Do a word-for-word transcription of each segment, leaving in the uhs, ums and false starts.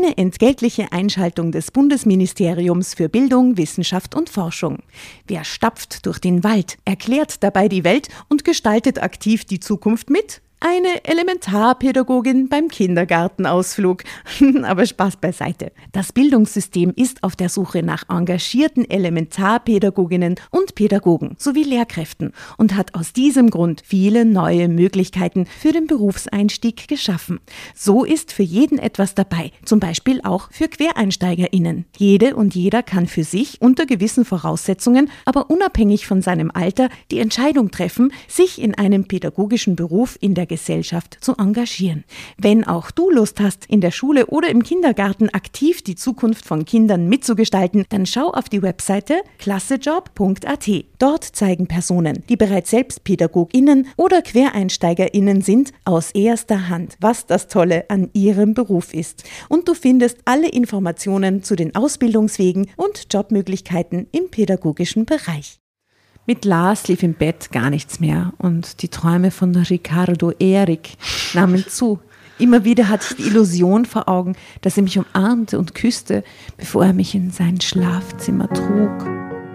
Eine entgeltliche Einschaltung des Bundesministeriums für Bildung, Wissenschaft und Forschung. Wer stapft durch den Wald, erklärt dabei die Welt und gestaltet aktiv die Zukunft mit? Eine Elementarpädagogin beim Kindergartenausflug. Aber Spaß beiseite. Das Bildungssystem ist auf der Suche nach engagierten Elementarpädagoginnen und Pädagogen sowie Lehrkräften und hat aus diesem Grund viele neue Möglichkeiten für den Berufseinstieg geschaffen. So ist für jeden etwas dabei, zum Beispiel auch für QuereinsteigerInnen. Jede und jeder kann für sich unter gewissen Voraussetzungen, aber unabhängig von seinem Alter, die Entscheidung treffen, sich in einem pädagogischen Beruf in der Gesellschaft zu engagieren. Wenn auch du Lust hast, in der Schule oder im Kindergarten aktiv die Zukunft von Kindern mitzugestalten, dann schau auf die Webseite klassejob punkt a t. Dort zeigen Personen, die bereits selbst PädagogInnen oder QuereinsteigerInnen sind, aus erster Hand, was das Tolle an ihrem Beruf ist. Und du findest alle Informationen zu den Ausbildungswegen und Jobmöglichkeiten im pädagogischen Bereich. Mit Lars lief im Bett gar nichts mehr und die Träume von Ricardo Erik nahmen zu. Immer wieder hatte ich die Illusion vor Augen, dass er mich umarmte und küsste, bevor er mich in sein Schlafzimmer trug.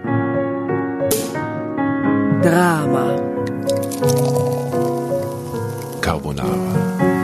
Drama Carbonara.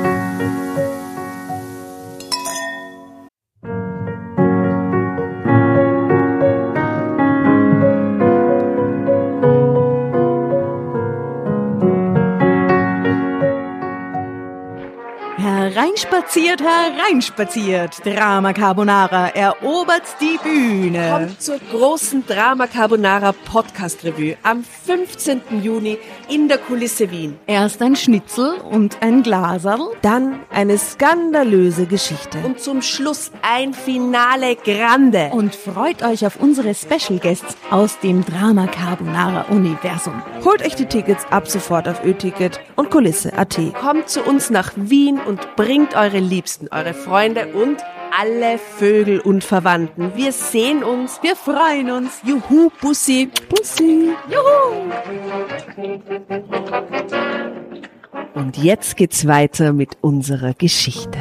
Hereinspaziert, hereinspaziert. Drama Carbonara erobert die Bühne. Kommt zur großen Drama Carbonara Podcast Revue am fünfzehnten Juni in der Kulisse Wien. Erst ein Schnitzel und ein Glaserl. Dann eine skandalöse Geschichte. Und zum Schluss ein Finale Grande. Und freut euch auf unsere Special Guests aus dem Drama Carbonara Universum. Holt euch die Tickets ab sofort auf Ö-Ticket und Kulisse punkt a t. Kommt zu uns nach Wien und bringt eure Liebsten, eure Freunde und alle Vögel und Verwandten. Wir sehen uns, wir freuen uns. Juhu, Bussi. Bussi. Juhu. Und jetzt geht's weiter mit unserer Geschichte.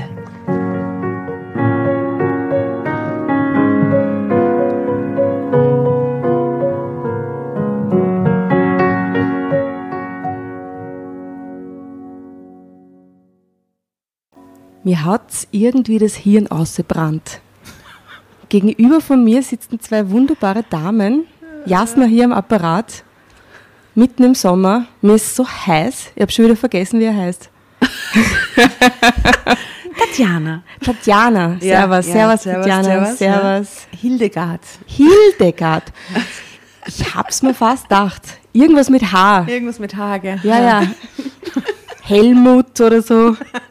Mir hat's irgendwie das Hirn ausgebrannt. Gegenüber von mir sitzen zwei wunderbare Damen, Jasna hier am Apparat, mitten im Sommer. Mir ist so heiß, ich habe schon wieder vergessen, wie er heißt. Tatjana. Tatjana, Ja, servus, ja, servus, servus, Tatjana, servus, servus. Hildegard. Hildegard. Ich hab's mir fast gedacht. Irgendwas mit H. Irgendwas mit Hage. Ja, ja. Helmut oder so.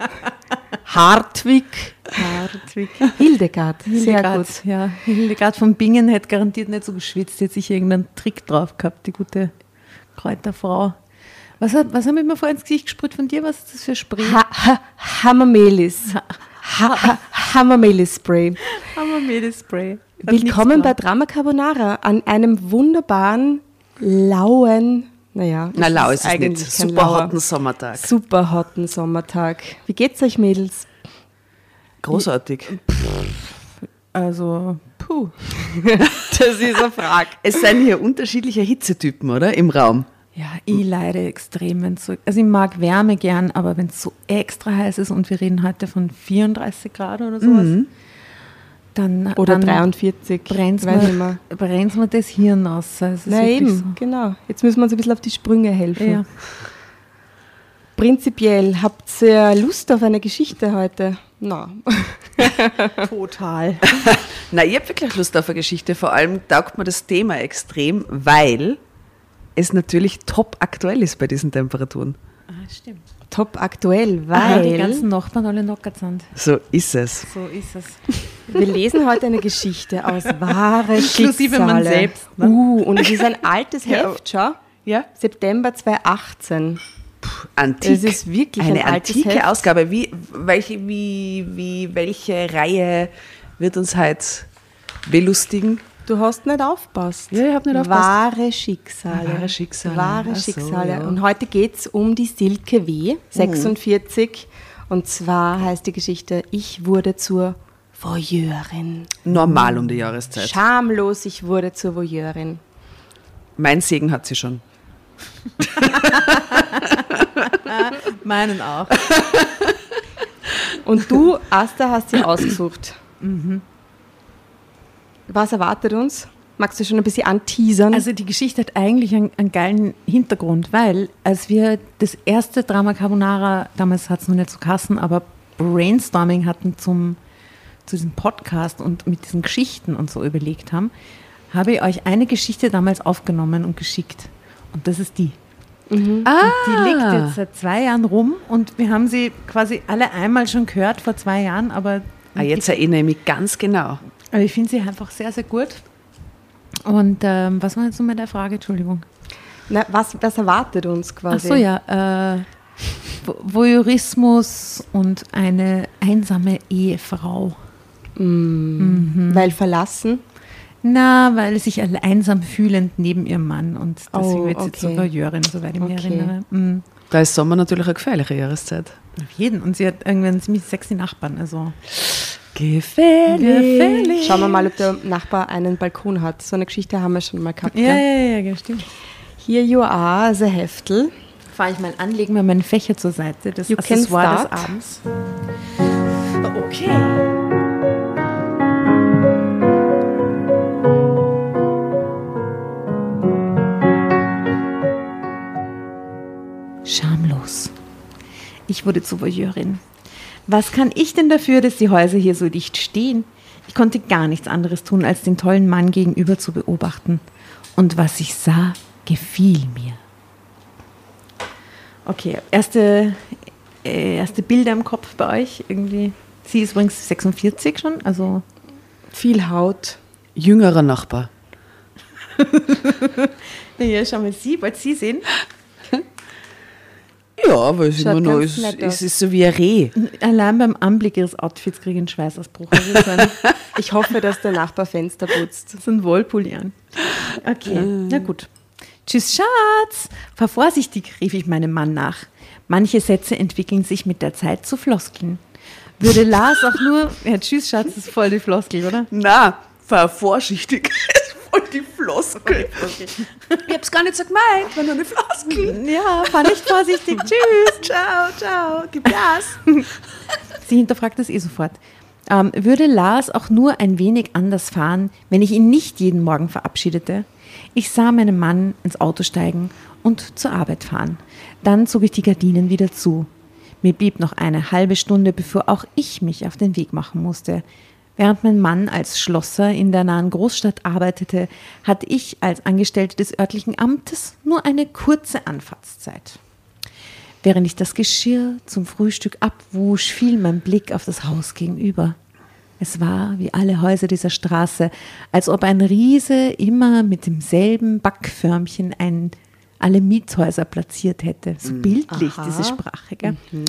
Hartwig. Hartwig. Hildegard. Sehr Hildegard, gut. ja. Hildegard von Bingen hätte garantiert nicht so geschwitzt, hätte sich irgendeinen Trick drauf gehabt, die gute Kräuterfrau. Was, hat, was haben wir mir vorhin ins Gesicht gesprüht von dir? Was ist das für Spray? Ha, ha, Hamamelis. Ha, ha, Hamamelis Spray. Hamamelis-Spray. Willkommen bei Drama Carbonara an einem wunderbaren, lauen, naja, Na, lau ist es eigentlich nicht. kein Super lauer, hotten Sommertag. super hotten Sommertag. Wie geht's euch, Mädels? Großartig. Also, puh. Das ist eine Frage. Es sind hier unterschiedliche Hitzetypen, oder? Im Raum. Ja, ich leide extrem, wenn's so, also ich mag Wärme gern, aber wenn es so extra heiß ist und wir reden heute von vierunddreißig Grad oder sowas, Mhm. dann Oder dann dreiundvierzig, brennt's weiß mir, nicht mehr. brennt's mir das Hirn aus. Also es ist Na wirklich eben, so. genau. Jetzt müssen wir uns ein bisschen auf die Sprünge helfen. Ja. Prinzipiell, habt ihr Lust auf eine Geschichte heute? Na. Total. Na, ich habe wirklich Lust auf eine Geschichte. Vor allem taugt mir das Thema extrem, weil es natürlich top aktuell ist bei diesen Temperaturen. Ah, stimmt. Top aktuell, Weil die weil ganzen Nachbarn alle knockert sind. So ist es. So ist es. wir lesen heute eine Geschichte aus wahre Inklusive Schicksale. man selbst, ne? Uh, und es ist ein altes Ja. Heft, schau. Ja? September zweitausendachtzehn. Antik. Es ist wirklich eine ein altes antike Heft. Ausgabe. Wie, welche, wie, wie, welche Reihe wird uns heute belustigen? Du hast nicht aufgepasst. Ja, ich hab nicht aufgepasst. Wahre Schicksale. Wahre Schicksale. Wahre Ach so, Schicksale. ja. Und heute geht es um die Silke W., sechsundvierzig. Und zwar heißt die Geschichte, ich wurde zur Voyeurin. Normal um die Jahreszeit. Schamlos, ich wurde zur Voyeurin. Mein Segen hat sie schon. Meinen auch. Und du, Asta, hast sie ausgesucht. Mhm. Was erwartet uns? Magst du schon ein bisschen anteasern? Also die Geschichte hat eigentlich einen, einen geilen Hintergrund, weil als wir das erste Drama Carbonara, damals hat es noch nicht so Kassen, aber Brainstorming hatten zum, zu diesem Podcast und mit diesen Geschichten und so überlegt haben, habe ich euch eine Geschichte damals aufgenommen und geschickt. Und das ist die. Mhm. Ah. Und die liegt jetzt seit zwei Jahren rum und wir haben sie quasi alle einmal schon gehört vor zwei Jahren, aber... Ah, jetzt erinnere ich mich ganz genau. Aber ich finde sie einfach sehr, sehr gut. Und ähm, was war jetzt nochmal der Frage? Entschuldigung. Na, was, was erwartet uns quasi? Ach so, ja. Äh, Voyeurismus und eine einsame Ehefrau. Mm, mhm. Weil verlassen? Na, weil sich einsam fühlend neben ihrem Mann und deswegen oh, wird sie okay. zur Voyeurin, soweit ich mich okay. erinnere. Mhm. Da ist Sommer natürlich eine gefährliche Jahreszeit. Auf jeden. Und sie hat irgendwann ziemlich sexy Nachbarn. Also gefährlich. gefährlich. Schauen wir mal, ob der Nachbar einen Balkon hat. So eine Geschichte haben wir schon mal gehabt. Ja, gell? ja, ja, ja, stimmt. Here you are, the Heftel. Fahre ich mal an, legen wir meinen Fächer zur Seite. Das You Accessoire des Abends. Okay. Schamlos. Ich wurde zur Voyeurin. Was kann ich denn dafür, dass die Häuser hier so dicht stehen? Ich konnte gar nichts anderes tun, als den tollen Mann gegenüber zu beobachten. Und was ich sah, gefiel mir. Okay, erste, äh, erste Bilder im Kopf bei euch irgendwie. Sie ist übrigens sechsundvierzig schon, also viel Haut. Jüngerer Nachbar. Ja, schauen wir Sie, wollt Sie sehen? Ja, aber es ist immer noch, es, nett es ist so wie ein Reh. Allein beim Anblick ihres Outfits kriege ich einen Schweißausbruch. Also so ein, ich hoffe, dass der Nachbar Fenster putzt. so ein Wollpulli an. Okay, na gut. Tschüss, Schatz! Fahr vorsichtig, rief ich meinem Mann nach. Manche Sätze entwickeln sich mit der Zeit zu Floskeln. Würde Lars auch nur... Ja, tschüss, Schatz, das ist voll die Floskel, oder? Na, fahr vorsichtig. Das ist voll die Floskel. Ich hab's gar nicht so gemeint, war nur eine Floskel. Ja, fahr nicht vorsichtig. Tschüss. Ciao, ciao, gib Gas. Sie hinterfragt das eh sofort. Ähm, würde Lars auch nur ein wenig anders fahren, wenn ich ihn nicht jeden Morgen verabschiedete? Ich sah meinen Mann ins Auto steigen und zur Arbeit fahren. Dann zog ich die Gardinen wieder zu. Mir blieb noch eine halbe Stunde, bevor auch ich mich auf den Weg machen musste. Während mein Mann als Schlosser in der nahen Großstadt arbeitete, hatte ich als Angestellte des örtlichen Amtes nur eine kurze Anfahrtszeit. Während ich das Geschirr zum Frühstück abwusch, fiel mein Blick auf das Haus gegenüber. Es war wie alle Häuser dieser Straße, als ob ein Riese immer mit demselben Backförmchen ein alle Mietshäuser platziert hätte. So bildlich, Aha. diese Sprache. Gell? Mhm.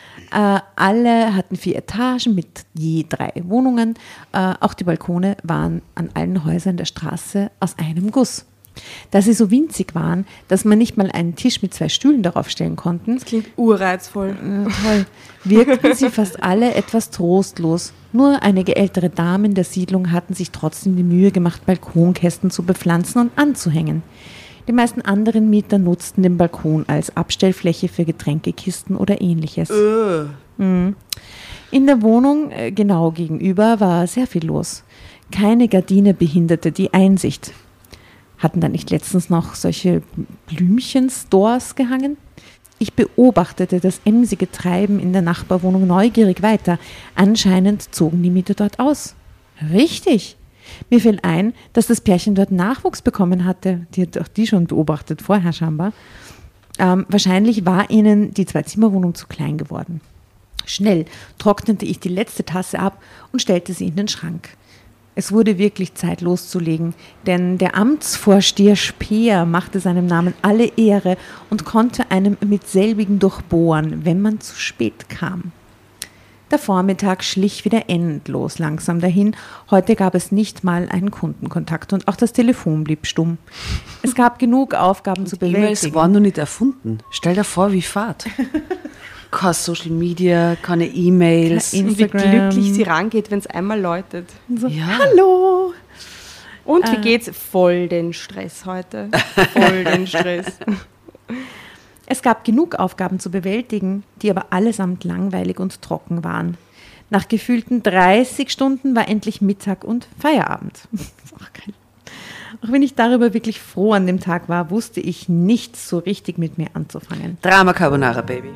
Äh, alle hatten vier Etagen mit je drei Wohnungen. Äh, auch die Balkone waren an allen Häusern der Straße aus einem Guss. Da sie so winzig waren, dass man nicht mal einen Tisch mit zwei Stühlen darauf stellen konnte, Das klingt urreizvoll. äh, toll, wirkten sie fast alle etwas trostlos. Nur einige ältere Damen der Siedlung hatten sich trotzdem die Mühe gemacht, Balkonkästen zu bepflanzen und anzuhängen. Die meisten anderen Mieter nutzten den Balkon als Abstellfläche für Getränkekisten oder ähnliches. Uh. Mhm. In der Wohnung äh, genau gegenüber war sehr viel los. Keine Gardine behinderte die Einsicht. Hatten da nicht letztens noch solche Blümchen-Stores gehangen? Ich beobachtete das emsige Treiben in der Nachbarwohnung neugierig weiter. Anscheinend zogen die Mieter dort aus. Richtig. Mir fiel ein, dass das Pärchen dort Nachwuchs bekommen hatte. Die hat auch die schon beobachtet, vorher scheinbar. Ähm, wahrscheinlich war ihnen die Zwei-Zimmer-Wohnung zu klein geworden. Schnell trocknete ich die letzte Tasse ab und stellte sie in den Schrank. Es wurde wirklich Zeit loszulegen, denn der Amtsvorsteher Speer machte seinem Namen alle Ehre und konnte einem mit selbigen durchbohren, wenn man zu spät kam. Der Vormittag schlich wieder endlos langsam dahin. Heute gab es nicht mal einen Kundenkontakt und auch das Telefon blieb stumm. Es gab genug Aufgaben zu E-Mails bewältigen. waren noch nicht erfunden. Stell dir vor, wie Fahrt. Kein Social Media, keine E-Mails. Und wie glücklich sie rangeht, wenn es einmal läutet. So, Ja. hallo! Und wie geht's? Voll den Stress heute. Voll den Stress. Es gab genug Aufgaben zu bewältigen, die aber allesamt langweilig und trocken waren. Nach gefühlten dreißig Stunden war endlich Mittag und Feierabend. Das ist auch geil. Auch wenn ich darüber wirklich froh an dem Tag war, wusste ich nichts so richtig mit mir anzufangen. Drama Carbonara, Baby.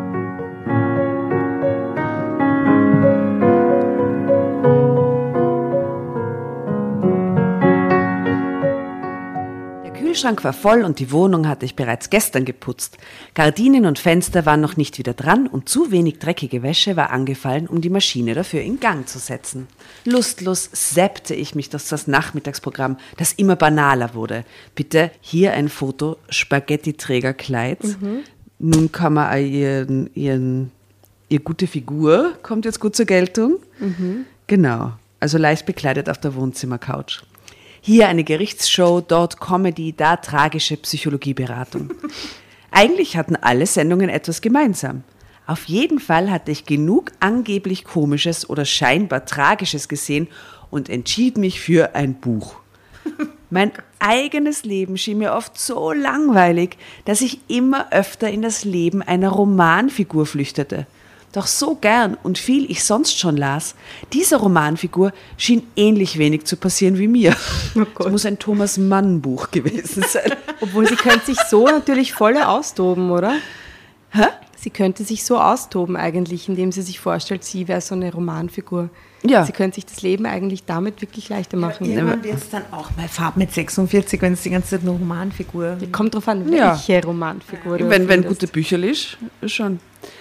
Der Kühlschrank war voll und die Wohnung hatte ich bereits gestern geputzt. Gardinen und Fenster waren noch nicht wieder dran und zu wenig dreckige Wäsche war angefallen, um die Maschine dafür in Gang zu setzen. Lustlos zappte ich mich durch das Nachmittagsprogramm, das immer banaler wurde. Bitte hier ein Foto Spaghetti-Trägerkleid. Mhm. Nun kann man auch ihren, ihren, ihre gute Figur, kommt jetzt gut zur Geltung. Mhm. Genau, also leicht bekleidet auf der Wohnzimmercouch. Hier eine Gerichtsshow, dort Comedy, da tragische Psychologieberatung. Eigentlich hatten alle Sendungen etwas gemeinsam. Auf jeden Fall hatte ich genug angeblich Komisches oder scheinbar Tragisches gesehen und entschied mich für ein Buch. Mein eigenes Leben schien mir oft so langweilig, dass ich immer öfter in das Leben einer Romanfigur flüchtete. Doch so gern und viel ich sonst schon las, dieser Romanfigur schien ähnlich wenig zu passieren wie mir. Oh Gott. Es muss ein Thomas Mann Buch gewesen sein. Obwohl sie könnte sich so natürlich voll austoben, oder? Hä? Sie könnte sich so austoben eigentlich, indem sie sich vorstellt, sie wäre so eine Romanfigur. Ja. Sie könnte sich das Leben eigentlich damit wirklich leichter machen. Ja, irgendwann wird es dann auch mal Farb mit sechsundvierzig, wenn es die ganze Zeit eine Romanfigur ist. Kommt drauf an, welche ja. Romanfigur du Wenn, wenn gute Bücher liest, schon.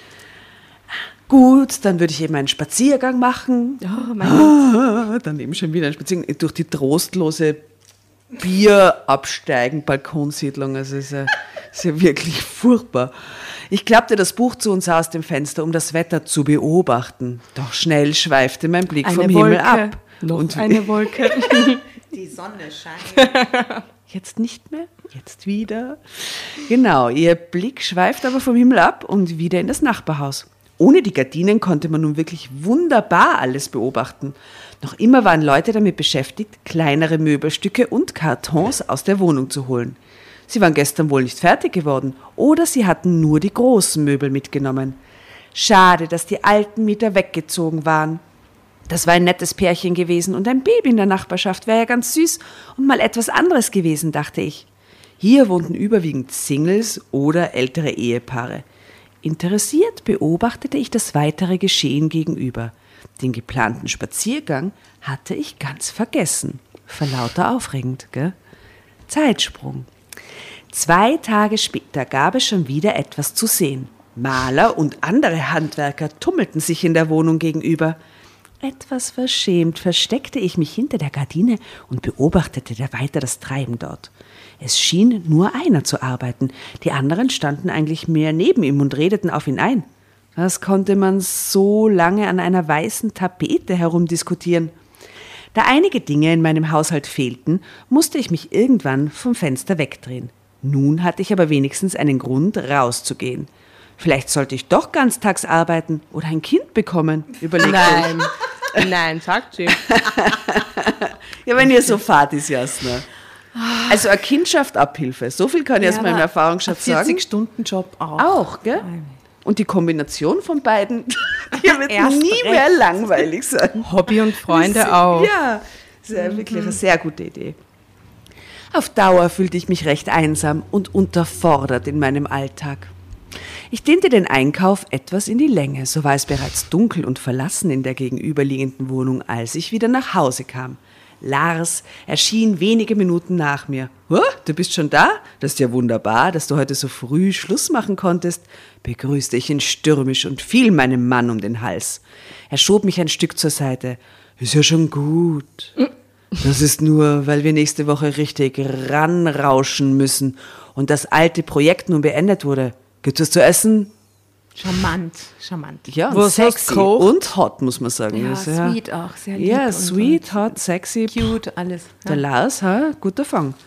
Gut, dann würde ich eben einen Spaziergang machen. Oh, mein Gott. Dann eben schon wieder ein Spaziergang durch die trostlose Bierabsteigen, Balkonsiedlung. Also es ist, ja, ist ja wirklich furchtbar. Ich klappte das Buch zu und sah aus dem Fenster, um das Wetter zu beobachten. Doch schnell schweifte mein Blick eine vom Wolke. Himmel ab. Noch und eine Wolke. Die Sonne scheint. Jetzt nicht mehr, jetzt wieder. Genau, ihr Blick schweift aber vom Himmel ab und wieder in das Nachbarhaus. Ohne die Gardinen konnte man nun wirklich wunderbar alles beobachten. Noch immer waren Leute damit beschäftigt, kleinere Möbelstücke und Kartons aus der Wohnung zu holen. Sie waren gestern wohl nicht fertig geworden oder sie hatten nur die großen Möbel mitgenommen. Schade, dass die alten Mieter weggezogen waren. Das war ein nettes Pärchen gewesen und ein Baby in der Nachbarschaft wäre ja ganz süß und mal etwas anderes gewesen, dachte ich. Hier wohnten überwiegend Singles oder ältere Ehepaare. Interessiert beobachtete ich das weitere Geschehen gegenüber. Den geplanten Spaziergang hatte ich ganz vergessen. Vor lauter aufregend, gell? Zeitsprung. Zwei Tage später gab es schon wieder etwas zu sehen. Maler und andere Handwerker tummelten sich in der Wohnung gegenüber. Etwas verschämt versteckte ich mich hinter der Gardine und beobachtete weiter das Treiben dort. Es schien nur einer zu arbeiten, die anderen standen eigentlich mehr neben ihm und redeten auf ihn ein. Was konnte man so lange an einer weißen Tapete herumdiskutieren? Da einige Dinge in meinem Haushalt fehlten, musste ich mich irgendwann vom Fenster wegdrehen. Nun hatte ich aber wenigstens einen Grund, rauszugehen. Vielleicht sollte ich doch ganztags arbeiten oder ein Kind bekommen, überlegte Nein, nein, sagt sie. Ja, wenn ihr so fad ist, Jasna. Also eine Kind schafft Abhilfe. So viel kann ich Ja, aus meinem aber Erfahrungsschatz sagen. vierzig-Stunden-Job auch. Auch, gell? Und die Kombination von beiden, die wird Erst nie recht. mehr langweilig sein. Hobby und Freunde Das- auch. Ja, das ist ja wirklich eine sehr gute Idee. Auf Dauer fühlte ich mich recht einsam und unterfordert in meinem Alltag. Ich dehnte den Einkauf etwas in die Länge, so war es bereits dunkel und verlassen in der gegenüberliegenden Wohnung, als ich wieder nach Hause kam. Lars erschien wenige Minuten nach mir. Oh, du bist schon da? Das ist ja wunderbar, dass du heute so früh Schluss machen konntest, begrüßte ich ihn stürmisch und fiel meinem Mann um den Hals. Er schob mich ein Stück zur Seite. Ist ja schon gut. Das ist nur, weil wir nächste Woche richtig ranrauschen müssen und das alte Projekt nun beendet wurde. Gibt's was zu essen? Charmant, charmant. Ja, und Was hast du sexy gekocht? und hot, muss man sagen. Ja, Das, sweet auch, sehr lieb. Ja, und sweet, so. hot, sexy. Cute, alles. Der Lars, ha, guter Fang.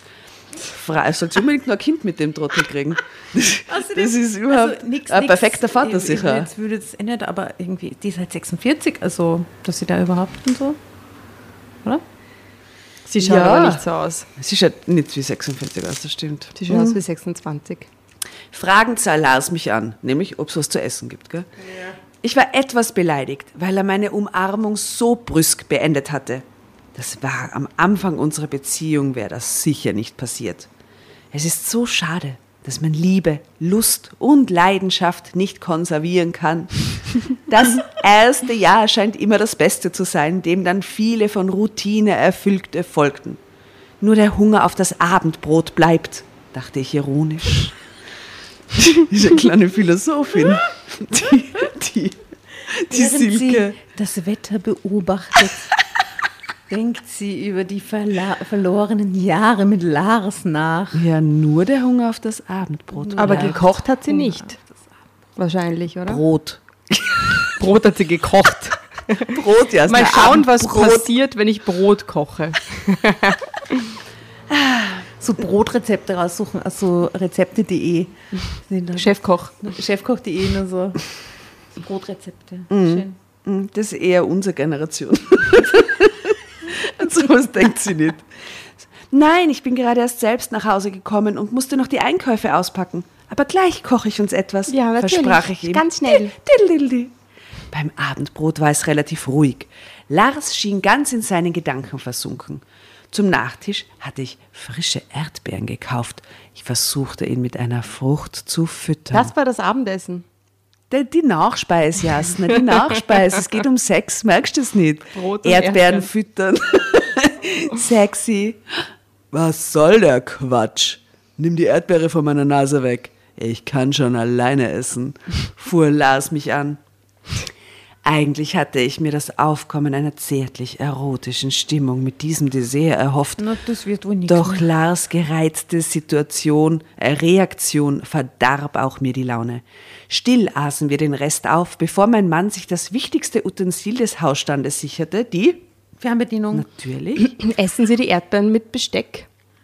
Frau soll unbedingt noch ein Kind mit dem Trottel kriegen. Das, Also das ist überhaupt also nix, ein nix. perfekter Vater ich, sicher. Ich, jetzt würde es eh nicht, aber irgendwie, die ist halt sechsundvierzig, also, dass sie da überhaupt und so, oder? Sie schaut Ja. aber nicht so aus. Sie schaut nicht wie sechsundvierzig aus, das stimmt. Sie schaut aus wie sechsundzwanzig. Fragend sah Lars mich an, nämlich ob es was zu essen gibt. Gell? Ja. Ich war etwas beleidigt, weil er meine Umarmung so brüsk beendet hatte. Das war am Anfang unserer Beziehung, wäre das sicher nicht passiert. Es ist so schade, dass man Liebe, Lust und Leidenschaft nicht konservieren kann. Das erste Jahr scheint immer das Beste zu sein, dem dann viele von Routine erfüllte folgten. Nur der Hunger auf das Abendbrot bleibt, dachte ich ironisch. Diese kleine Philosophin, die, die, die Während Silke. sie das Wetter beobachtet, denkt sie über die verla- verlorenen Jahre mit Lars nach. Ja, nur der Hunger auf das Abendbrot. Aber bleibt. gekocht hat sie nicht. Wahrscheinlich, oder? Brot. Brot hat sie gekocht. Brot, ja. ist Mal ein schauen, was Abendbrot. passiert, wenn ich Brot koche. So Brotrezepte raussuchen, also Rezepte punkt de. Chefkoch. Chefkoch punkt de, nur so, so Brotrezepte. Schön. Das ist eher unsere Generation. An sowas denkt sie nicht. Nein, ich bin gerade erst selbst nach Hause gekommen und musste noch die Einkäufe auspacken. Aber gleich koche ich uns etwas, Ja, natürlich. versprach ich ihm. Ganz schnell. Diddle-diddle. Beim Abendbrot war es relativ ruhig. Lars schien ganz in seinen Gedanken versunken. Zum Nachtisch hatte ich frische Erdbeeren gekauft. Ich versuchte, ihn mit einer Frucht zu füttern. Das war das Abendessen. Die, die Nachspeise, Jasna, die Nachspeise. Es geht um Sex, merkst du es nicht? Brot und Erdbeeren, Erdbeeren. füttern. Sexy. Was soll der Quatsch? Nimm die Erdbeere von meiner Nase weg. Ich kann schon alleine essen, fuhr Lars mich an. Eigentlich hatte ich mir das Aufkommen einer zärtlich erotischen Stimmung mit diesem Dessert erhofft. Na, das wird wohl nichts Doch mehr. Lars gereizte Situation, äh, Reaktion verdarb auch mir die Laune. Still aßen wir den Rest auf, bevor mein Mann sich das wichtigste Utensil des Hausstandes sicherte, die, Fernbedienung. natürlich, Essen Sie die Erdbeeren mit Besteck?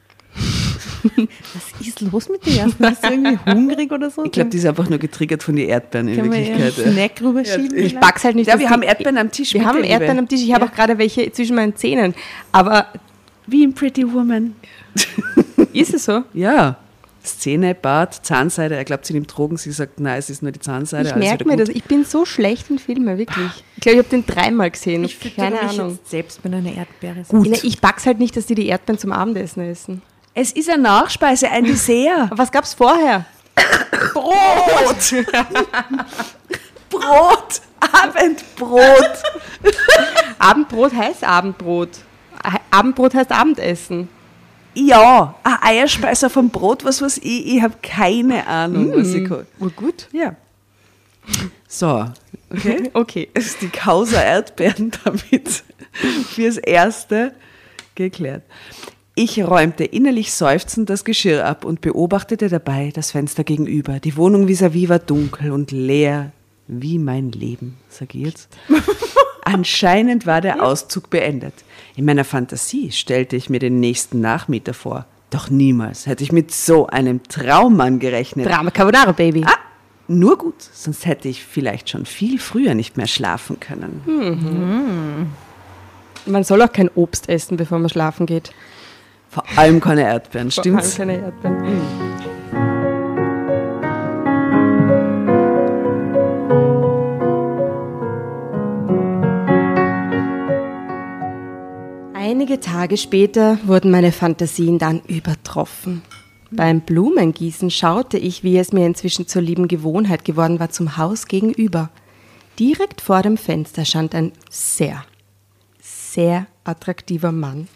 Was ist los mit dir? Bist du irgendwie hungrig oder so? ich glaube, die ist einfach nur getriggert von den Erdbeeren in Können wir ihr Wirklichkeit. einen ja. Snack rüberschieben? Ich vielleicht? back's halt nicht. Ja, dass wir die- haben Erdbeeren am Tisch. Wir bitte, haben Liebe. Erdbeeren am Tisch. Ich habe Ja. auch gerade welche zwischen meinen Zähnen. Aber Wie in Pretty Woman. ist es so? Ja. Szene, Bart, Zahnseide. Er glaubt, sie nimmt Drogen. Sie sagt, nein, es ist nur die Zahnseide. Ich alles merke wieder mir gut. das. Ich bin so schlecht in Filmen, wirklich. Ich glaube, ich habe den dreimal gesehen. Ich füttere Keine mich Ahnung. jetzt selbst mit einer Erdbeere. Gut. Ich back's halt nicht, dass die die Erdbeeren zum Abendessen essen. Es ist eine Nachspeise, ein Dessert. Aber was gab's vorher? Brot! Brot! Abendbrot! Abendbrot heißt Abendbrot. A- Abendbrot heißt Abendessen. Ja, ein Eierspeiser vom Brot, was weiß ich. Ich habe keine Ahnung, was ich kann. Oh, gut. Ja. So, okay. Okay. Es ist die Causa Erdbeeren damit fürs Erste geklärt. Ich räumte innerlich seufzend das Geschirr ab und beobachtete dabei das Fenster gegenüber. Die Wohnung vis-à-vis war dunkel und leer wie mein Leben, sag ich jetzt. Anscheinend war der Auszug beendet. In meiner Fantasie stellte ich mir den nächsten Nachmieter vor. Doch niemals hätte ich mit so einem Traummann gerechnet. Drama Carbonara, Baby. Ah, nur gut, sonst hätte ich vielleicht schon viel früher nicht mehr schlafen können. Man soll auch kein Obst essen, bevor man schlafen geht. Vor allem keine Erdbeeren, Vor allem stimmt's? keine Erdbeeren. Einige Tage später wurden meine Fantasien dann übertroffen. Beim Blumengießen schaute ich, wie es mir inzwischen zur lieben Gewohnheit geworden war, zum Haus gegenüber. Direkt vor dem Fenster stand ein sehr, sehr attraktiver Mann.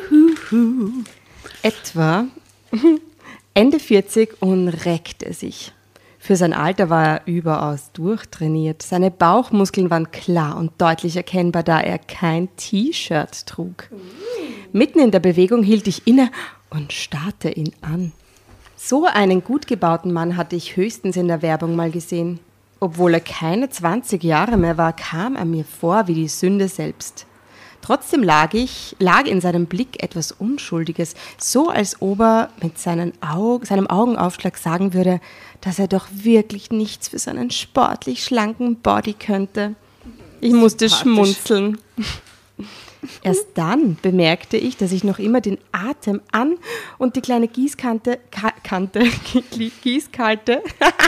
Etwa Ende vierzig und reckte sich. Für sein Alter war er überaus durchtrainiert. Seine Bauchmuskeln waren klar und deutlich erkennbar, da er kein T-Shirt trug. Mitten in der Bewegung hielt ich inne und starrte ihn an. So einen gut gebauten Mann hatte ich höchstens in der Werbung mal gesehen. Obwohl er keine zwanzig Jahre mehr war, kam er mir vor wie die Sünde selbst. Trotzdem lag ich, lag in seinem Blick etwas Unschuldiges, so als ob er mit seinen Augen, seinem Augenaufschlag sagen würde, dass er doch wirklich nichts für seinen sportlich schlanken Body könnte. Ich musste schmunzeln. Erst dann bemerkte ich, dass ich noch immer den Atem an und die kleine Gießkante, Ka- Kante, Gießkalte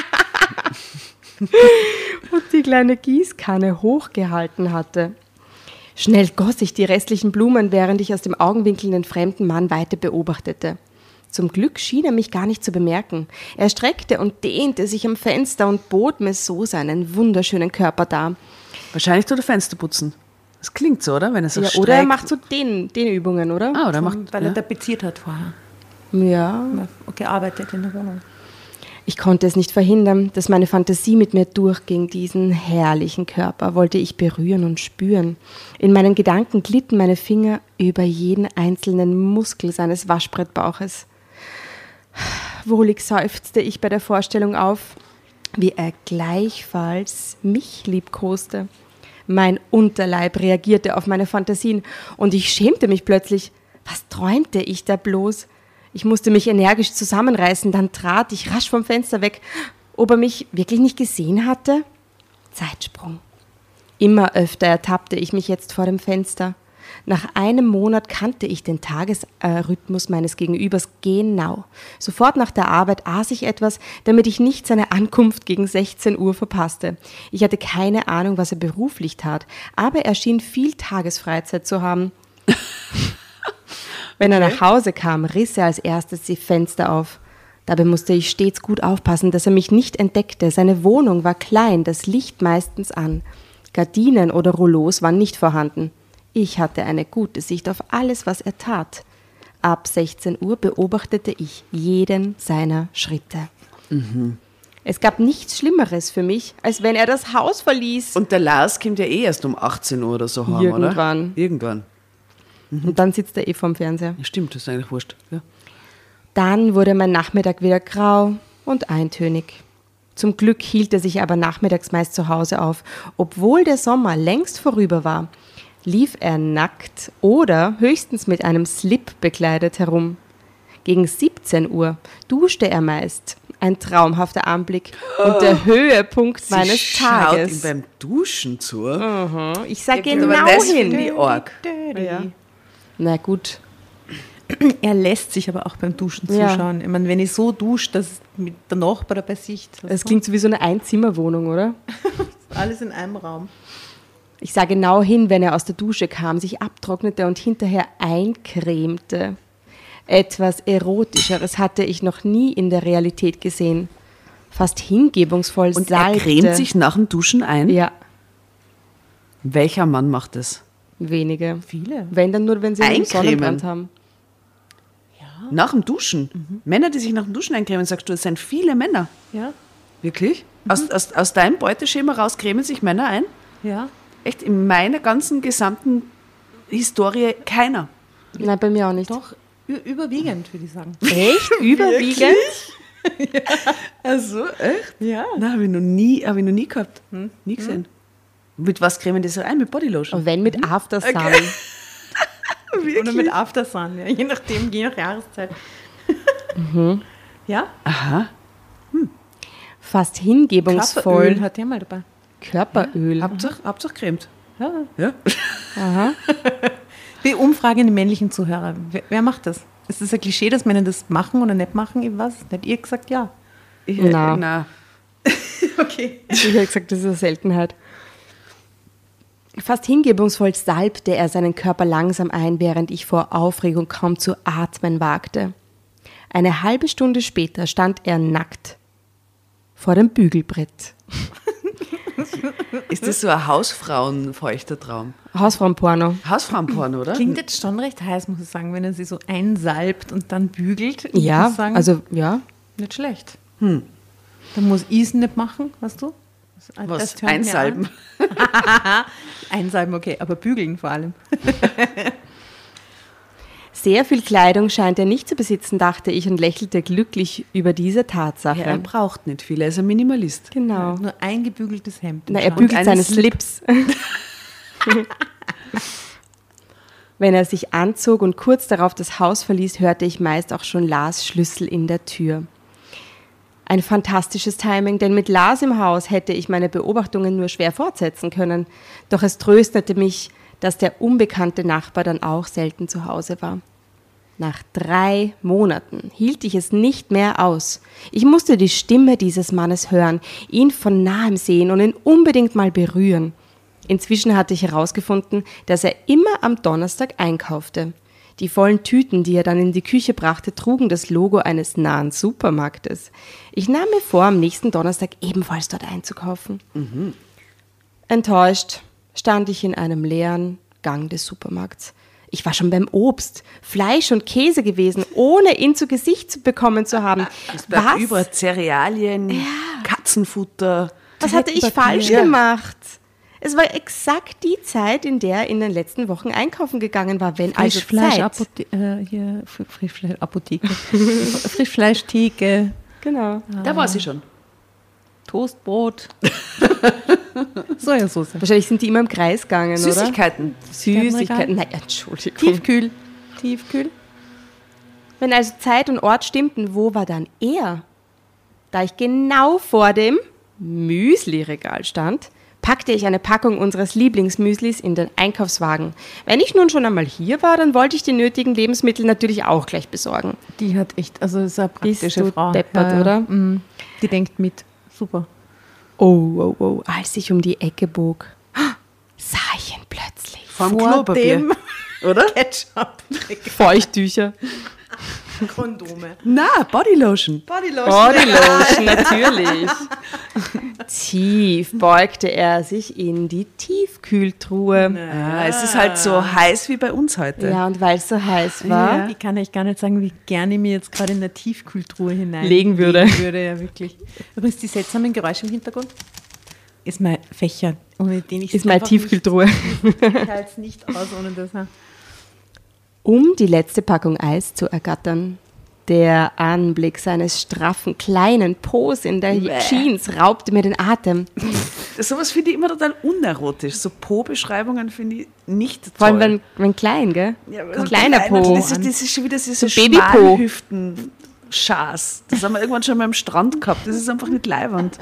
und die kleine Gießkanne hochgehalten hatte. Schnell goss ich die restlichen Blumen, während ich aus dem Augenwinkel den fremden Mann weiter beobachtete. Zum Glück schien er mich gar nicht zu bemerken. Er streckte und dehnte sich am Fenster und bot mir so seinen wunderschönen Körper dar. Wahrscheinlich tut er Fenster putzen. Das klingt so, oder? Wenn er so Ja, streckt. oder er macht so den, den Übungen, oder? Ah, oder er macht, Weil ja. er tapeziert hat vorher. Ja. Gearbeitet in der Wohnung. Ich konnte es nicht verhindern, dass meine Fantasie mit mir durchging. Diesen herrlichen Körper wollte ich berühren und spüren. In meinen Gedanken glitten meine Finger über jeden einzelnen Muskel seines Waschbrettbauches. Wohlig seufzte ich bei der Vorstellung auf, wie er gleichfalls mich liebkoste. Mein Unterleib reagierte auf meine Fantasien und ich schämte mich plötzlich. Was träumte ich da bloß? Ich musste mich energisch zusammenreißen, dann trat ich rasch vom Fenster weg. Ob er mich wirklich nicht gesehen hatte? Zeitsprung. Immer öfter ertappte ich mich jetzt vor dem Fenster. Nach einem Monat kannte ich den Tagesrhythmus meines Gegenübers genau. Sofort nach der Arbeit aß ich etwas, damit ich nicht seine Ankunft gegen sechzehn Uhr verpasste. Ich hatte keine Ahnung, was er beruflich tat, aber er schien viel Tagesfreizeit zu haben. Wenn er nach Hause kam, riss er als erstes die Fenster auf. Dabei musste ich stets gut aufpassen, dass er mich nicht entdeckte. Seine Wohnung war klein, das Licht meistens an. Gardinen oder Rouleaus waren nicht vorhanden. Ich hatte eine gute Sicht auf alles, was er tat. Ab sechzehn Uhr beobachtete ich jeden seiner Schritte. Mhm. Es gab nichts Schlimmeres für mich, als wenn er das Haus verließ. Und der Lars kommt ja eh erst um achtzehn Uhr oder so heim, Irgendwann. oder? Irgendwann. Mhm. Und dann sitzt er eh vorm Fernseher. Ja, stimmt, das ist eigentlich wurscht. Ja. Dann wurde mein Nachmittag wieder grau und eintönig. Zum Glück hielt er sich aber nachmittags meist zu Hause auf. Obwohl der Sommer längst vorüber war, lief er nackt oder höchstens mit einem Slip bekleidet herum. Gegen siebzehn Uhr duschte er meist. Ein traumhafter Anblick und der Höhepunkt Sie meines schaut Tages. ihm beim Duschen zu. Mhm. Ich sage Ja, genau aber das hin. finde ich arg. Ja. Na gut. Er lässt sich aber auch beim Duschen Ja. zuschauen. Ich meine, wenn ich so dusche, dass mit der Nachbar dabei sieht. Das klingt so wie so eine Einzimmerwohnung, oder? alles in einem Raum. Ich sah genau hin, wenn er aus der Dusche kam, sich abtrocknete und hinterher eincremte. Etwas Erotischeres hatte ich noch nie in der Realität gesehen. Fast hingebungsvoll Und er salbte. cremt sich nach dem Duschen ein? Ja, Welcher Mann macht das? wenige. Viele. Wenn dann nur, wenn sie einen Eincremen? Sonnenbrand haben. Nach dem Duschen? Mhm. Männer, die sich nach dem Duschen eincremen, sagst du, es sind viele Männer. Ja, Wirklich? Aus, aus, aus deinem Beuteschema raus cremen sich Männer ein? ja. Echt, in meiner ganzen gesamten Historie keiner. Nein, bei mir auch nicht. Doch, ü- überwiegend, würde ich sagen. Echt? Überwiegend? Also, echt? Ja. Nein, habe ich, noch nie- hab ich noch nie gehabt. Nie gesehen. Mit was cremen die sich ein? Mit Bodylotion? Und wenn mit Aftersun. Oder mit Aftersun, ja. Je nachdem, je nach Jahreszeit. Ja, Aha. Fast hingebungsvoll. Körperöl hat der mal dabei. Körperöl. Habt ihr, habt ihr cremt? Ja. Ja. Aha. Die Umfrage an die männlichen Zuhörer. Wer, wer macht das? Ist das ein Klischee, dass Männer das machen oder nicht machen? Ich weiß nicht. Ihr gesagt ja. Ich, Na. na. Okay. Ich habe gesagt, das ist eine Seltenheit. Fast hingebungsvoll salbte er seinen Körper langsam ein, während ich vor Aufregung kaum zu atmen wagte. Eine halbe Stunde später stand er nackt vor dem Bügelbrett. Ist das so ein Hausfrauenfeuchter Traum? Hausfrauenporno. Hausfrauenporno, oder? Klingt jetzt schon recht heiß, muss ich sagen, wenn er sie so einsalbt und dann bügelt. Ich Ja, muss sagen, also ja. nicht schlecht. Hm. Dann muss ich es nicht machen, weißt du? Das, Was? das tönt mir Einsalben? an. Einsalben, okay, aber bügeln vor allem. Sehr viel Kleidung scheint er nicht zu besitzen, dachte ich und lächelte glücklich über diese Tatsache. Ja, er braucht nicht viel, er ist ein Minimalist. Genau. Nur ein gebügeltes Hemd. im Na, er Schrank. bügelt einen seine Slip. Slips. Wenn er sich anzog und kurz darauf das Haus verließ, hörte ich meist auch schon Lars Schlüssel in der Tür. Ein fantastisches Timing, denn mit Lars im Haus hätte ich meine Beobachtungen nur schwer fortsetzen können. Doch es tröstete mich, dass der unbekannte Nachbar dann auch selten zu Hause war. Nach drei Monaten hielt ich es nicht mehr aus. Ich musste die Stimme dieses Mannes hören, ihn von nahem sehen und ihn unbedingt mal berühren. Inzwischen hatte ich herausgefunden, dass er immer am Donnerstag einkaufte. Die vollen Tüten, die er dann in die Küche brachte, trugen das Logo eines nahen Supermarktes. Ich nahm mir vor, am nächsten Donnerstag ebenfalls dort einzukaufen. Mhm. Enttäuscht stand ich in einem leeren Gang des Supermarkts. Ich war schon beim Obst, Fleisch und Käse gewesen, ohne ihn zu Gesicht zu bekommen zu haben. Was? Über Cerealien, ja. Katzenfutter. Was hatte ich falsch ja. gemacht? Es war exakt die Zeit, in der er in den letzten Wochen einkaufen gegangen war, wenn also Zeit. Äh, hier, Frischfleischapotheke. Frischfleischtheke. Genau. Ah. Da war sie schon. Toastbrot. Sojasauce. Wahrscheinlich sind die immer im Kreis gegangen, Süßigkeiten. oder? Süßigkeiten. Nein, Entschuldigung. Tiefkühl. Tiefkühl. Wenn also Zeit und Ort stimmten, wo war dann er? Da ich genau vor dem Müsli-Regal stand, packte ich eine Packung unseres Lieblingsmüslis in den Einkaufswagen. Wenn ich nun schon einmal hier war, dann wollte ich die nötigen Lebensmittel natürlich auch gleich besorgen. Die hat echt, also ist eine praktische Bist du Frau. deppert, ja, oder? Mhm. Die denkt mit. Super. Oh, oh, oh. Als ich um die Ecke bog, sah ich ihn plötzlich. Vom Klopapier, dem oder? Ketchup. Feuchttücher. Kondome. Na, Bodylotion. Bodylotion. Bodylotion, natürlich. Tief beugte er sich in die Tiefkühltruhe. Ah, es ist halt so heiß wie bei uns heute. Ja, und weil es so heiß war. Ja. Ich kann euch gar nicht sagen, wie gerne ich mir jetzt gerade in der Tiefkühltruhe hineinlegen legen würde. würde. Ja, wirklich. Übrigens, die seltsamen Geräusche im Hintergrund ist mein Fächer, ohne den ich Ist meine Tiefkühltruhe. Nicht, ich halte es nicht aus, ohne das. Um die letzte Packung Eis zu ergattern. Der Anblick seines straffen, kleinen Pos in der Bäh. Jeans raubte mir den Atem. Das, sowas finde ich immer total unerotisch. So Po-Beschreibungen finde ich nicht toll. Vor allem, wenn, wenn klein, gell? Ja, ein kleiner Po. Das ist, das ist schon wieder diese so Babypo. Schaß. Das haben wir irgendwann schon mal am Strand gehabt. Das ist einfach nicht leiwand.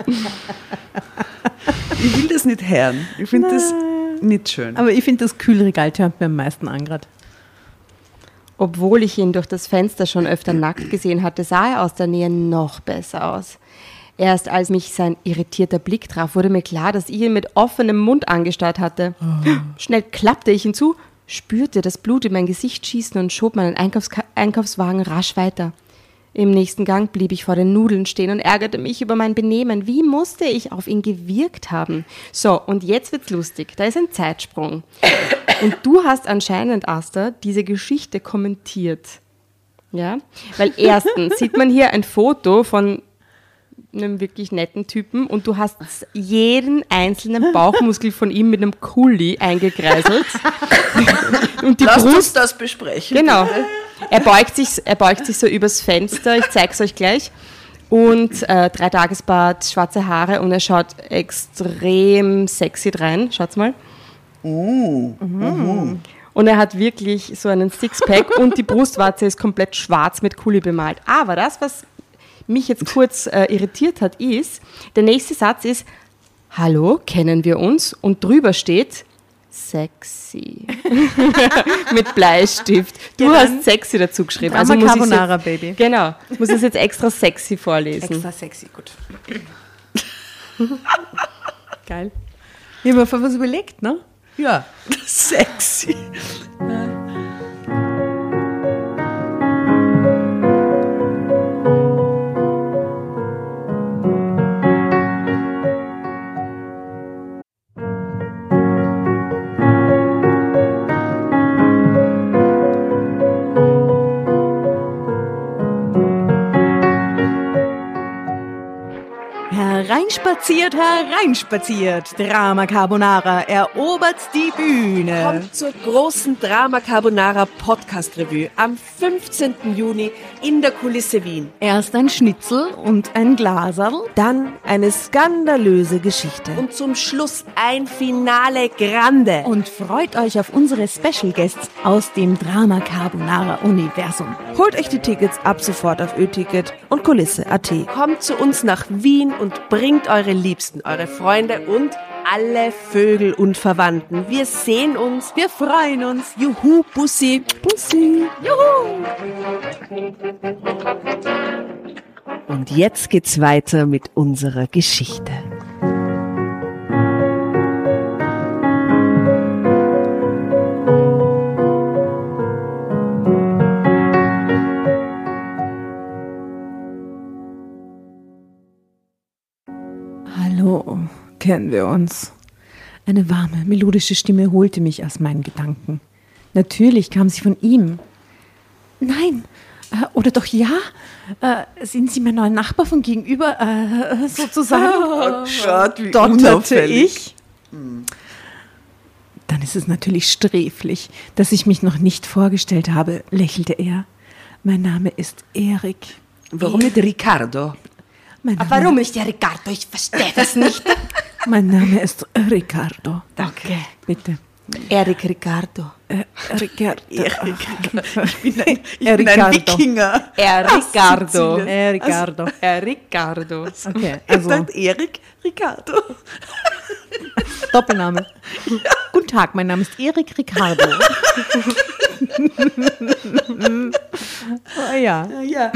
Ich will das nicht hören. Ich finde das nicht schön. Aber ich finde, das Kühlregal tönt mir am meisten an gerade. Obwohl ich ihn durch das Fenster schon öfter nackt gesehen hatte, sah er aus der Nähe noch besser aus. Erst als mich sein irritierter Blick traf, wurde mir klar, dass ich ihn mit offenem Mund angestarrt hatte. Oh. Schnell klappte ich hinzu, spürte das Blut in mein Gesicht schießen und schob meinen Einkaufska- Einkaufswagen rasch weiter. Im nächsten Gang blieb ich vor den Nudeln stehen und ärgerte mich über mein Benehmen. Wie musste ich auf ihn gewirkt haben? So, und jetzt wird's lustig. Da ist ein Zeitsprung. Und du hast anscheinend, Asta, diese Geschichte kommentiert. Ja? Weil erstens sieht man hier ein Foto von einem wirklich netten Typen und du hast jeden einzelnen Bauchmuskel von ihm mit einem Kuli eingekreiselt. Und die Lasst Brust, uns das besprechen. Genau. Er beugt sich, er beugt sich so übers Fenster, ich zeige es euch gleich. Und äh, Dreitagesbart, schwarze Haare und er schaut extrem sexy drein. Schaut's mal. Uh, mhm. Und er hat wirklich so einen Sixpack und die Brustwarze ist komplett schwarz mit Kuli bemalt. Aber das, was mich jetzt kurz äh, irritiert hat, ist, der nächste Satz ist, hallo, kennen wir uns? Und drüber steht, sexy. Mit Bleistift. Du ja, hast sexy dazu geschrieben. Also muss Carbonara, jetzt, Baby. Genau. Muss es jetzt extra sexy vorlesen. Extra sexy, gut. Geil. Ich habe mir was überlegt, ne? Ja, sexy. Hereinspaziert, hereinspaziert. Drama Carbonara erobert die Bühne. Kommt zur großen Drama Carbonara Podcast Revue am fünfzehnten Juni in der Kulisse Wien. Erst ein Schnitzel und ein Glaserl. Dann eine skandalöse Geschichte. Und zum Schluss ein Finale Grande. Und freut euch auf unsere Special Guests aus dem Drama Carbonara Universum. Holt euch die Tickets ab sofort auf Ö-Ticket und Kulisse punkt at. Kommt zu uns nach Wien und bringt eure Liebsten, eure Freunde und alle Vögel und Verwandten. Wir sehen uns. Wir freuen uns. Juhu, Bussi. Bussi. Juhu. Und jetzt geht's weiter mit unserer Geschichte. Hallo, kennen wir uns? Eine warme, melodische Stimme holte mich aus meinen Gedanken. Natürlich kam sie von ihm. Nein, äh, oder doch ja? Äh, sind Sie mein neuer Nachbar von gegenüber, äh, sozusagen? Oh, schaut, wie dotterte unauffällig. ich. Dann ist es natürlich sträflich, dass ich mich noch nicht vorgestellt habe, lächelte er. Mein Name ist Erik. Warum nicht Ricardo? Mein Name, Warum nicht der Ricardo? Ich verstehe das nicht. mein Name ist Ricardo. Danke. Bitte. Erik Ricardo. Äh, Ricardo. Erik. Ich bin ein, ich Er bin ein Ricardo. Wikinger. Er Ricardo. Äh, Ricardo. Er Ricardo. Okay, Er also sagt Erik Ricardo. Doppelname. Guten Tag, mein Name ist Erik Ricardo. Oh ja. Ja.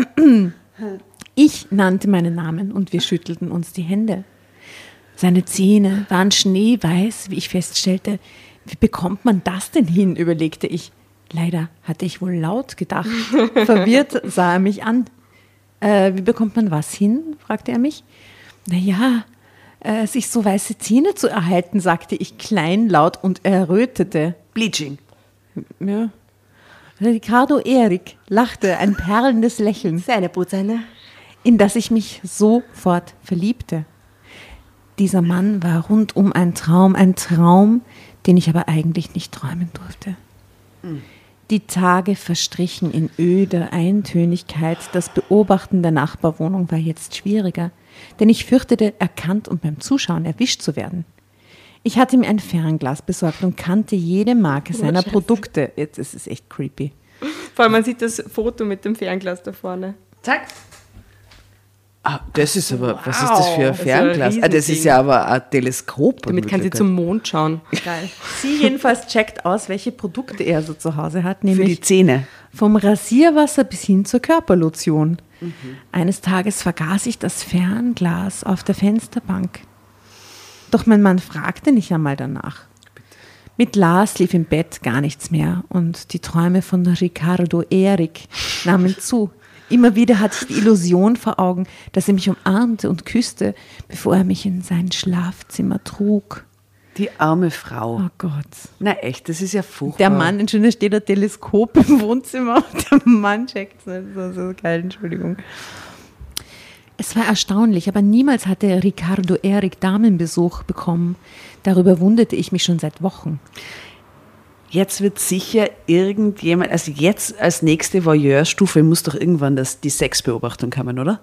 Ich nannte meinen Namen und wir schüttelten uns die Hände. Seine Zähne waren schneeweiß, wie ich feststellte. Wie bekommt man das denn hin, überlegte ich. Leider hatte ich wohl laut gedacht. Verwirrt sah er mich an. Äh, wie bekommt man was hin, fragte er mich. Naja, äh, sich so weiße Zähne zu erhalten, sagte ich kleinlaut und errötete. Bleaching. Ja. Ricardo Erik lachte ein perlendes Lächeln, Seine Putzene. in das ich mich sofort verliebte. Dieser Mann war rundum ein Traum, ein Traum, den ich aber eigentlich nicht träumen durfte. Die Tage verstrichen in öder Eintönigkeit. Das Beobachten der Nachbarwohnung war jetzt schwieriger, denn ich fürchtete, erkannt und beim Zuschauen erwischt zu werden. Ich hatte mir ein Fernglas besorgt und kannte jede Marke seiner Scheiße. Produkte. Jetzt ist es echt creepy. Vor allem, man sieht das Foto mit dem Fernglas da vorne. Zack. Ah, das ist aber, was ist das für ein Das ist ein Fernglas? Ah, das ist Riesending. ja aber ein Teleskop. Damit kann sie zum Mond schauen. Geil. Sie jedenfalls checkt aus, welche Produkte er so zu Hause hat, Für die nämlich Zähne. vom Rasierwasser bis hin zur Körperlotion. Mhm. Eines Tages vergaß ich das Fernglas auf der Fensterbank. Doch mein Mann fragte nicht einmal danach. Mit Lars lief im Bett gar nichts mehr und die Träume von Ricardo Erik nahmen zu. Immer wieder hatte ich die Illusion vor Augen, dass er mich umarmte und küsste, bevor er mich in sein Schlafzimmer trug. Die arme Frau. Oh Gott. Na echt, das ist ja furchtbar. Der Mann, Entschuldigung, da steht ein Teleskop im Wohnzimmer und der Mann checkt es nicht. So, so geil, Entschuldigung. Es war erstaunlich, aber niemals hatte Ricardo Erik Damenbesuch bekommen. Darüber wunderte ich mich schon seit Wochen. Jetzt wird sicher irgendjemand, also jetzt als nächste Voyeurstufe muss doch irgendwann das, die Sexbeobachtung kommen, oder?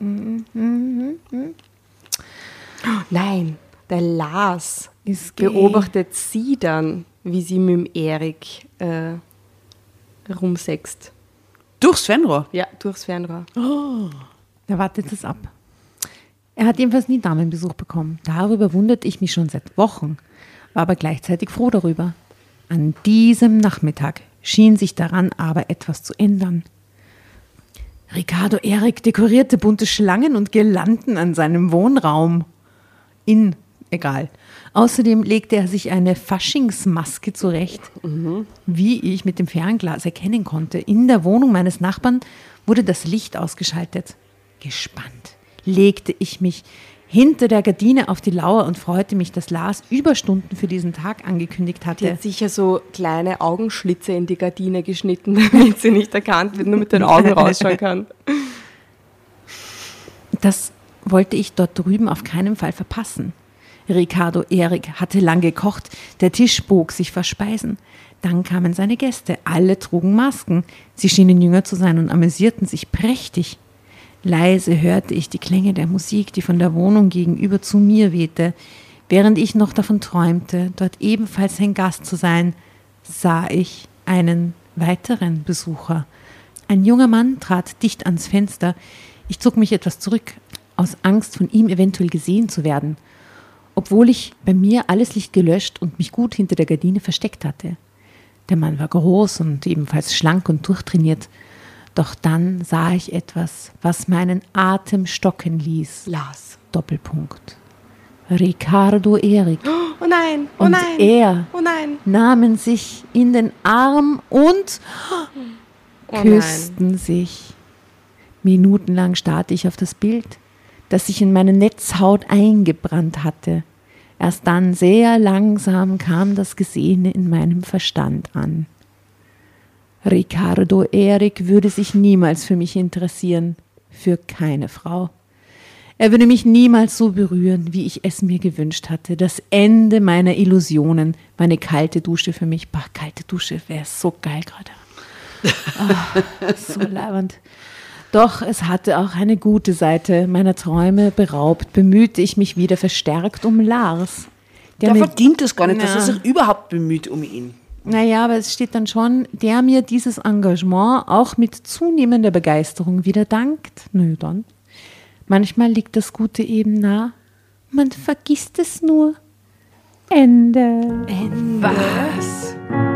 Nein, der Lars Ist gay. beobachtet sie dann, wie sie mit dem Erik äh, rumsext. Durchs Fernrohr. Ja, durchs Fernrohr. Er wartet es ab. Er hat jedenfalls nie Damenbesuch bekommen. Darüber wunderte ich mich schon seit Wochen, war aber gleichzeitig froh darüber. An diesem Nachmittag schien sich daran aber etwas zu ändern. Ricardo Erik dekorierte bunte Schlangen und Girlanden an seinem Wohnraum. In, egal. Außerdem legte er sich eine Faschingsmaske zurecht, mhm. wie ich mit dem Fernglas erkennen konnte. In der Wohnung meines Nachbarn wurde das Licht ausgeschaltet. Gespannt legte ich mich hinter der Gardine auf die Lauer und freute mich, dass Lars Überstunden für diesen Tag angekündigt Die hatte. hat sicher so kleine Augenschlitze in die Gardine geschnitten, damit sie nicht erkannt wird, nur mit den Augen rausschauen kann. Das wollte ich dort drüben auf keinen Fall verpassen. Ricardo Erik hatte lang gekocht, der Tisch bog sich vor Speisen. Dann kamen seine Gäste, alle trugen Masken. Sie schienen jünger zu sein und amüsierten sich prächtig. Leise hörte ich die Klänge der Musik, die von der Wohnung gegenüber zu mir wehte. Während ich noch davon träumte, dort ebenfalls ein Gast zu sein, sah ich einen weiteren Besucher. Ein junger Mann trat dicht ans Fenster. Ich zog mich etwas zurück, aus Angst, von ihm eventuell gesehen zu werden, obwohl ich bei mir alles Licht gelöscht und mich gut hinter der Gardine versteckt hatte. Der Mann war groß und ebenfalls schlank und durchtrainiert. Doch dann sah ich etwas, was meinen Atem stocken ließ. Lars. Doppelpunkt. Ricardo Erik. Oh nein, oh und nein, er oh nein. nahmen sich in den Arm und Oh küssten nein. sich. Minutenlang starrte ich auf das Bild, das sich in meine Netzhaut eingebrannt hatte. Erst dann, sehr langsam, kam das Gesehene in meinem Verstand an. Ricardo Erik würde sich niemals für mich interessieren, für keine Frau. Er würde mich niemals so berühren, wie ich es mir gewünscht hatte. Das Ende meiner Illusionen, meine kalte Dusche für mich. Bah, kalte Dusche wäre so geil gerade. Oh, so leibend. Doch es hatte auch eine gute Seite. Meiner Träume beraubt, bemühte ich mich wieder verstärkt um Lars. Der mir- verdient es gar nicht, dass er Ja. sich überhaupt bemüht um ihn. Naja, aber es steht dann schon, der mir dieses Engagement auch mit zunehmender Begeisterung wieder dankt. Nö, dann. Manchmal liegt das Gute eben nah. Man vergisst es nur. Ende. Was?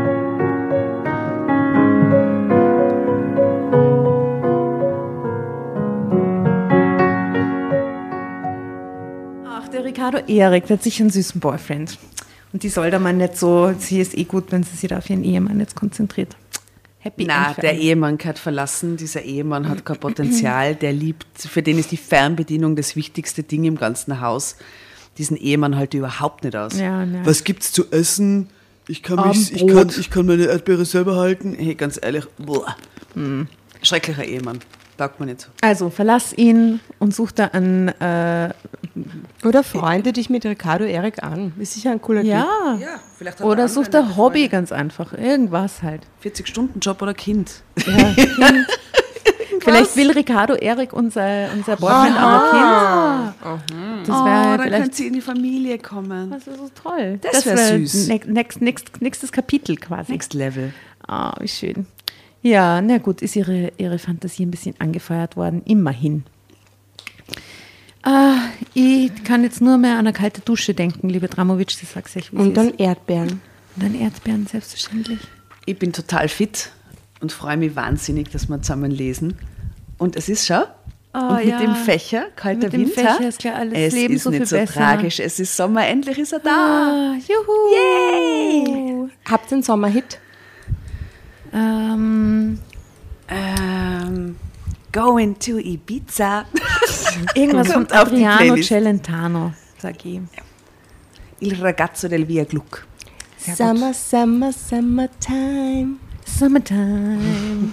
Ach, der Ricardo Erik, der hat sicher einen süßen Boyfriend. Und die soll da mal nicht so, sie ist eh gut, wenn sie sich da auf ihren Ehemann jetzt konzentriert. Happy Na, End für der alle. Ehemann gehört verlassen. Dieser Ehemann hat kein Potenzial. Der liebt, für den ist die Fernbedienung das wichtigste Ding im ganzen Haus. Diesen Ehemann halte ich überhaupt nicht aus. Ja, ne. Was gibt's zu essen? Ich kann, mich, ich Abendbrot. kann, ich kann meine Erdbeere selber halten. Hey, ganz ehrlich, boah. Schrecklicher Ehemann. Taugt mir nicht so. Also, verlass ihn und such da einen, äh, Oder freunde dich mit Ricardo Erik an. Ist sicher ein cooler Typ. ja. Ja, vielleicht Oder such da Hobby ganz einfach. Irgendwas halt. vierzig-Stunden-Job oder Kind. Ja, kind. Vielleicht will Ricardo Erik unser, unser Boyfriend auch ein Kind. Das Oh, wäre dann vielleicht. könnte sie in die Familie kommen. Das wäre so toll. Das wär süß. ne- Next, next, nächstes Kapitel quasi. Next Level. Ah, wie schön. Ja, na gut, ist ihre, ihre Fantasie ein bisschen angefeuert worden. Immerhin. Ah, ich kann jetzt nur mehr an eine kalte Dusche denken, liebe Dramovic, das sag's euch, wie es Und ist. dann Erdbeeren. Und dann Erdbeeren, selbstverständlich. Ich bin total fit und freue mich wahnsinnig, dass wir zusammen lesen. Und es ist schon. Oh, und mit ja. dem Fächer, kalter Mit dem Winter, Fächer ist gleich alles es Leben ist so nicht viel so besser. tragisch. Es ist Sommer, endlich ist er da. Ah, juhu. Yay. Habt ihr einen Sommerhit? Ähm, Ähm, going to Ibiza. irgendwas von Kommt auf die Adriano Playlist. Celentano, sag ich. Il ragazzo del Via Gluck. Summer, summer, summertime. Summertime.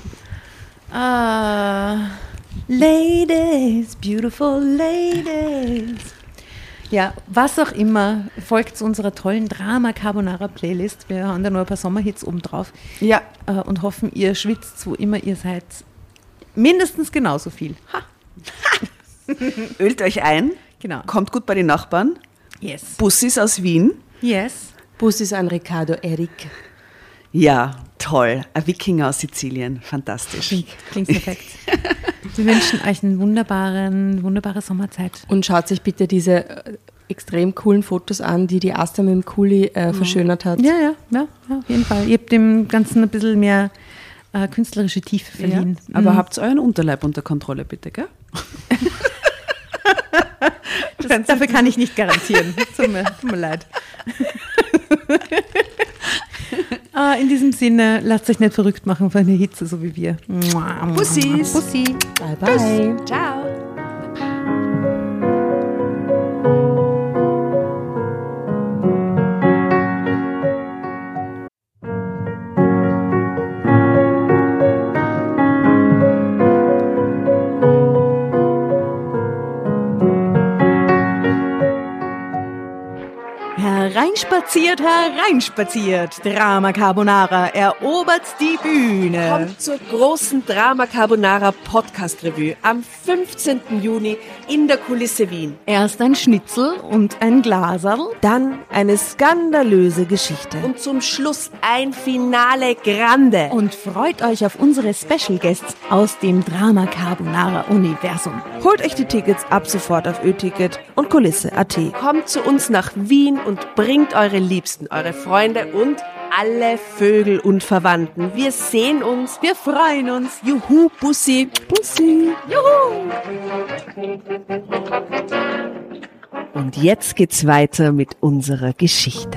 Ah, ladies, beautiful ladies. Ja, was auch immer, folgt zu unserer tollen Drama Carbonara Playlist. Wir haben da nur ein paar Sommerhits oben drauf Ja, äh, und hoffen, ihr schwitzt, wo immer ihr seid, mindestens genauso viel. Ha. ölt euch ein. Genau. Kommt gut bei den Nachbarn. Yes. Bussis aus Wien. Yes. Bus ist an Ricardo Erik. Ja, toll. Ein Wikinger aus Sizilien. Fantastisch. Klingt, klingt perfekt. Wir wünschen euch eine wunderbaren, wunderbare Sommerzeit. Und schaut sich bitte diese äh, extrem coolen Fotos an, die die Asta mit dem Kuli äh, verschönert hat. Ja, ja, ja, ja, auf jeden Fall. Ihr habt dem Ganzen ein bisschen mehr äh, künstlerische Tiefe Ja, verliehen. aber Mhm. habt euren Unterleib unter Kontrolle, bitte, gell? das, dafür kann ich nicht garantieren. Tut mir, tut mir leid. Ah, in diesem Sinne, lasst euch nicht verrückt machen von der Hitze, so wie wir. Bussis. Bussi. Bye, bye. Ciao. Hereinspaziert, hereinspaziert. Drama Carbonara erobert die Bühne. Kommt zur großen Drama Carbonara Podcast Revue am fünfzehnten Juni in der Kulisse Wien. Erst ein Schnitzel und ein Glaserl. Dann eine skandalöse Geschichte. Und zum Schluss ein Finale Grande. Und freut euch auf unsere Special Guests aus dem Drama Carbonara Universum. Holt euch die Tickets ab sofort auf Ö-Ticket und Kulisse punkt a t. Kommt zu uns nach Wien und bringt eure Liebsten, eure Freunde und alle Vögel und Verwandten. Wir sehen uns. Wir freuen uns. Juhu, Bussi. Bussi. Juhu. Und jetzt geht's weiter mit unserer Geschichte.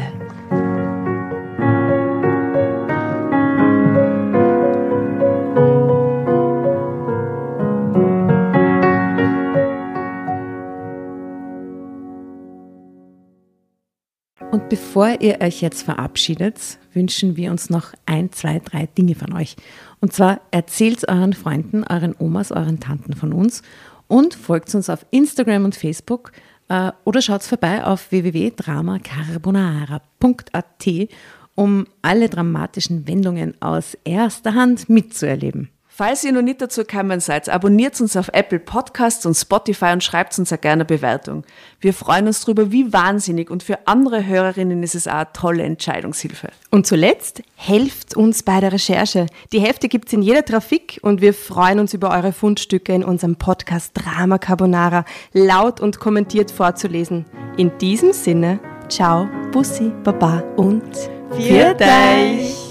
Und bevor ihr euch jetzt verabschiedet, wünschen wir uns noch ein, zwei, drei Dinge von euch. Und zwar erzählt euren Freunden, euren Omas, euren Tanten von uns und folgt uns auf Instagram und Facebook äh, oder schaut vorbei auf w w w punkt drama carbonara punkt a t, um alle dramatischen Wendungen aus erster Hand mitzuerleben. Falls ihr noch nicht dazu gekommen seid, abonniert uns auf Apple Podcasts und Spotify und schreibt uns auch gerne eine Bewertung. Wir freuen uns darüber wie wahnsinnig und für andere Hörerinnen ist es auch eine tolle Entscheidungshilfe. Und zuletzt, helft uns bei der Recherche. Die Hefte gibt's in jeder Trafik und wir freuen uns über eure Fundstücke in unserem Podcast Drama Carbonara laut und kommentiert vorzulesen. In diesem Sinne, ciao, Bussi, Baba und Viert euch!